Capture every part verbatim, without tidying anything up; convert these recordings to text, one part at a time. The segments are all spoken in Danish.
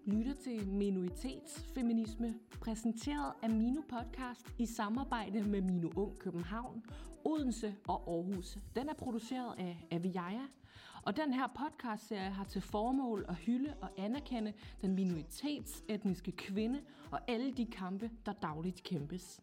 lytter til Minoritetsfeminisme, præsenteret af Mino Podcast i samarbejde med Mino Ung København, Odense og Aarhus. Den er produceret af Aviaja, og den her podcastserie har til formål at hylde og anerkende den minoritetsetniske kvinde og alle de kampe, der dagligt kæmpes.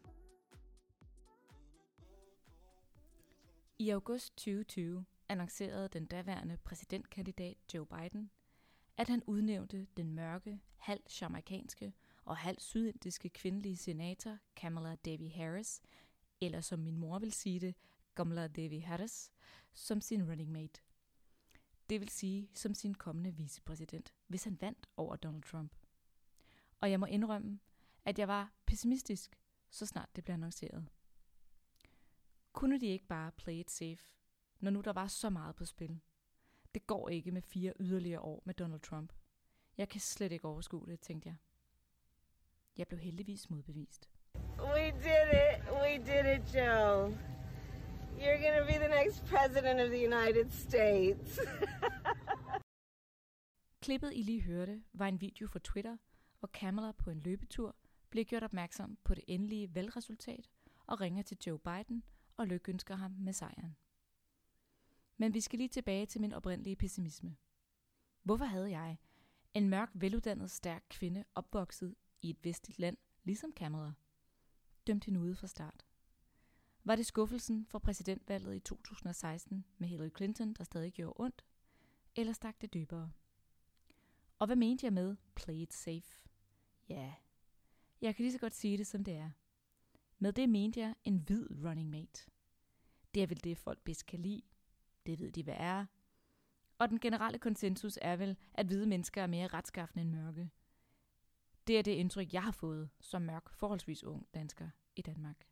I august tyve tyve annoncerede den daværende præsidentkandidat Joe Biden, at han udnævnte den mørke, halvt jamaikanske og halvt sydindiske kvindelige senator Kamala Devi Harris, eller som min mor vil sige det, Kamala Devi Harris, som sin running mate. Det vil sige som sin kommende vicepræsident, hvis han vandt over Donald Trump. Og jeg må indrømme, at jeg var pessimistisk, så snart det blev annonceret. Kunne de ikke bare play it safe, når nu der var så meget på spil? Det går ikke med fire yderligere år med Donald Trump. Jeg kan slet ikke overskue det, tænkte jeg. Jeg blev heldigvis modbevist. We did it. We did it, Joe. You're going to be the next president of the United States. Klippet, I lige hørte, var en video fra Twitter, hvor Kamala på en løbetur bliver gjort opmærksom på det endelige valgresultat og ringer til Joe Biden og lykønsker ham med sejren. Men vi skal lige tilbage til min oprindelige pessimisme. Hvorfor havde jeg, en mørk, veluddannet, stærk kvinde, opvokset i et vestligt land, ligesom Kamala, dømt hende ude fra start? Var det skuffelsen fra præsidentvalget i to tusind og seksten med Hillary Clinton, der stadig gjorde ondt? Eller stak det dybere? Og hvad mente jeg med play it safe? Ja, jeg kan lige så godt sige det, som det er. Med det mente jeg en hvid running mate. Det er vel det, folk bedst kan lide. Det ved de, hvad er. Og den generelle konsensus er vel, at hvide mennesker er mere retskaffende end mørke. Det er det indtryk, jeg har fået som mørk, forholdsvis ung dansker i Danmark.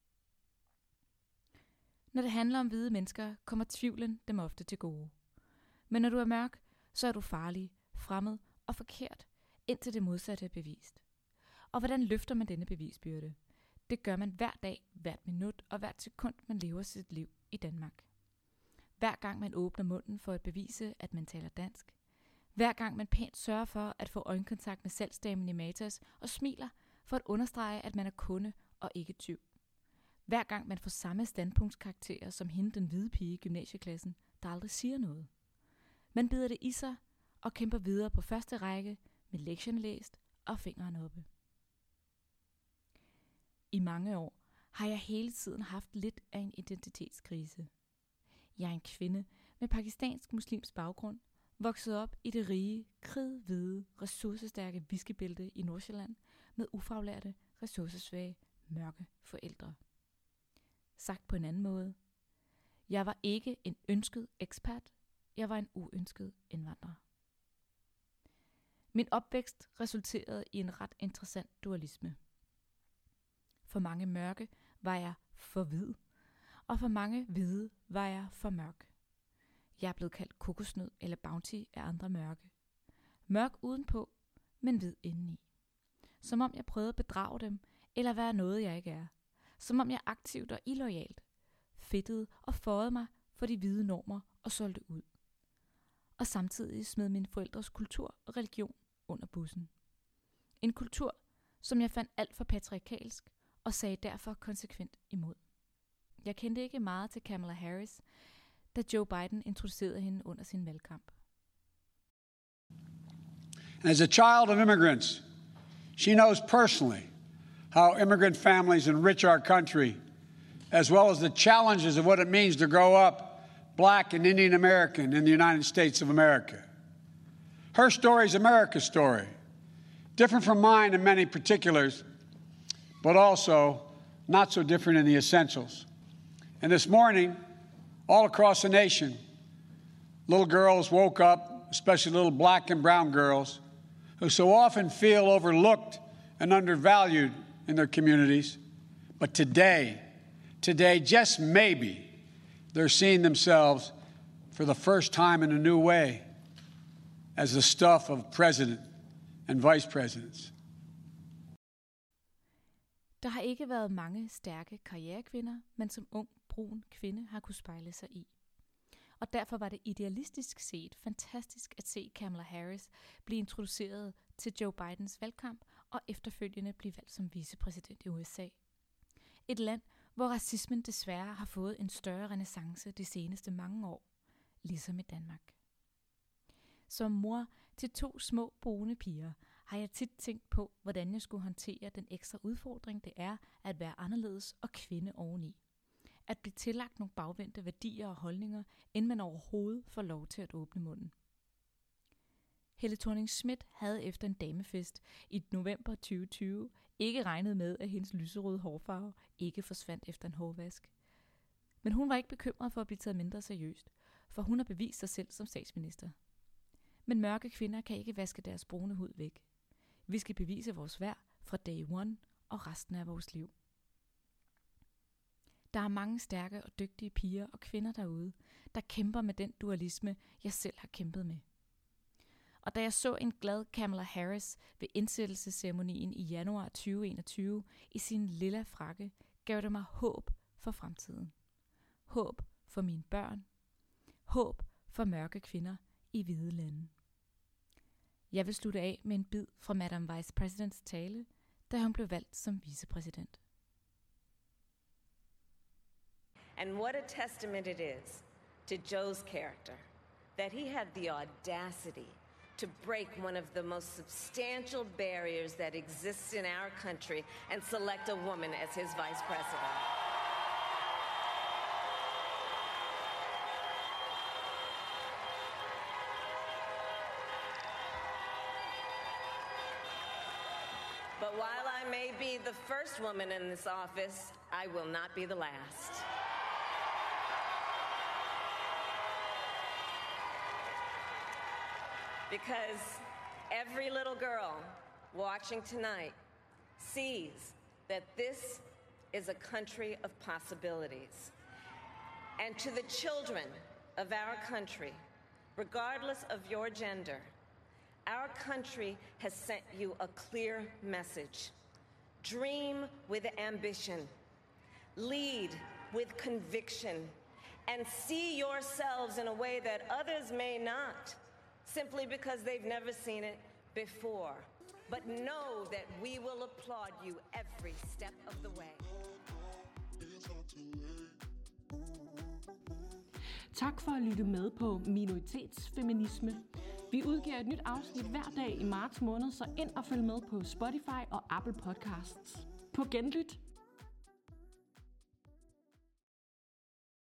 Når det handler om hvide mennesker, kommer tvivlen dem ofte til gode. Men når du er mørk, så er du farlig, fremmed og forkert, indtil det modsatte er bevist. Og hvordan løfter man denne bevisbyrde? Det gør man hver dag, hvert minut og hvert sekund, man lever sit liv i Danmark. Hver gang man åbner munden for at bevise, at man taler dansk. Hver gang man pænt sørger for at få øjenkontakt med salgsdamen i Matas og smiler for at understrege, at man er kunde og ikke tyv. Hver gang man får samme standpunktskarakterer som hende, den hvide pige i gymnasieklassen, der aldrig siger noget. Man bider det i sig og kæmper videre på første række med lektionen læst og fingeren oppe. I mange år har jeg hele tiden haft lidt af en identitetskrise. Jeg er en kvinde med pakistansk muslimsk baggrund, vokset op i det rige, kridhvide, ressourcestærke whiskybælte i Nordsjælland med ufaglærte, ressourcesvage, mørke forældre. Sagt på en anden måde. Jeg var ikke en ønsket ekspert, jeg var en uønsket indvandrer. Min opvækst resulterede i en ret interessant dualisme. For mange mørke var jeg for hvid, og for mange hvide var jeg for mørk. Jeg er blevet kaldt kokosnød eller bounty af andre mørke. Mørk udenpå, men hvid indeni. Som om jeg prøvede at bedrage dem, eller være noget jeg ikke er. Som om jeg aktivt og illoyalt fedtede og fåede mig for de hvide normer og solgte ud. Og samtidig smed min forældres kultur og religion under bussen. En kultur, som jeg fandt alt for patriarkalsk og sagde derfor konsekvent imod. Jeg kendte ikke meget til Kamala Harris, da Joe Biden introducerede hende under sin valgkamp. As a child of immigrants, she knows personally how immigrant families enrich our country, as well as the challenges of what it means to grow up Black and Indian American in the United States of America. Her story is America's story, different from mine in many particulars, but also not so different in the essentials. And this morning, all across the nation, little girls woke up, especially little black and brown girls, who so often feel overlooked and undervalued in their communities. But today, today, just maybe, they're seeing themselves for the first time in a new way as the stuff of president and vice presidents. Der har ikke været mange stærke karrierekvinder, men som ung, brun kvinde har kunne spejle sig i. Og derfor var det idealistisk set fantastisk at se Kamala Harris blive introduceret til Joe Bidens valgkamp og efterfølgende blive valgt som vicepræsident i U S A. Et land, hvor racismen desværre har fået en større renæssance de seneste mange år, ligesom i Danmark. Som mor til to små brune piger har jeg tit tænkt på, hvordan jeg skulle håndtere den ekstra udfordring, det er at være anderledes og kvinde oveni. At blive tillagt nogle bagvendte værdier og holdninger, inden man overhovedet får lov til at åbne munden. Helle Thorning-Schmidt havde efter en damefest i november tyve tyve ikke regnet med, at hendes lyserøde hårfarve ikke forsvandt efter en hårvask. Men hun var ikke bekymret for at blive taget mindre seriøst, for hun har bevist sig selv som statsminister. Men mørke kvinder kan ikke vaske deres brune hud væk. Vi skal bevise vores værd fra day one og resten af vores liv. Der er mange stærke og dygtige piger og kvinder derude, der kæmper med den dualisme, jeg selv har kæmpet med. Og da jeg så en glad Kamala Harris ved indsættelsesceremonien i januar tyve enogtyve i sin lilla frakke, gav det mig håb for fremtiden. Håb for mine børn. Håb for mørke kvinder i hvide lande. Jeg vil slutte af med en bid fra Madam Vice Presidents tale, da hun blev valgt som vicepræsident. And what a testament it is to Joe's character that he had the audacity to break one of the most substantial barriers that exists in our country and select a woman as his vice president. But while I may be the first woman in this office, I will not be the last. Because every little girl watching tonight sees that this is a country of possibilities. And to the children of our country, regardless of your gender, our country has sent you a clear message. Dream with ambition. Lead with conviction. And see yourselves in a way that others may not, simply because they've never seen it before. But know that we will applaud you every step of the way. Tak for at lytte med på Minoritetsfeminisme. Vi udgiver et nyt afsnit hver dag i marts måned, så ind og følg med på Spotify og Apple Podcasts. På genlyt!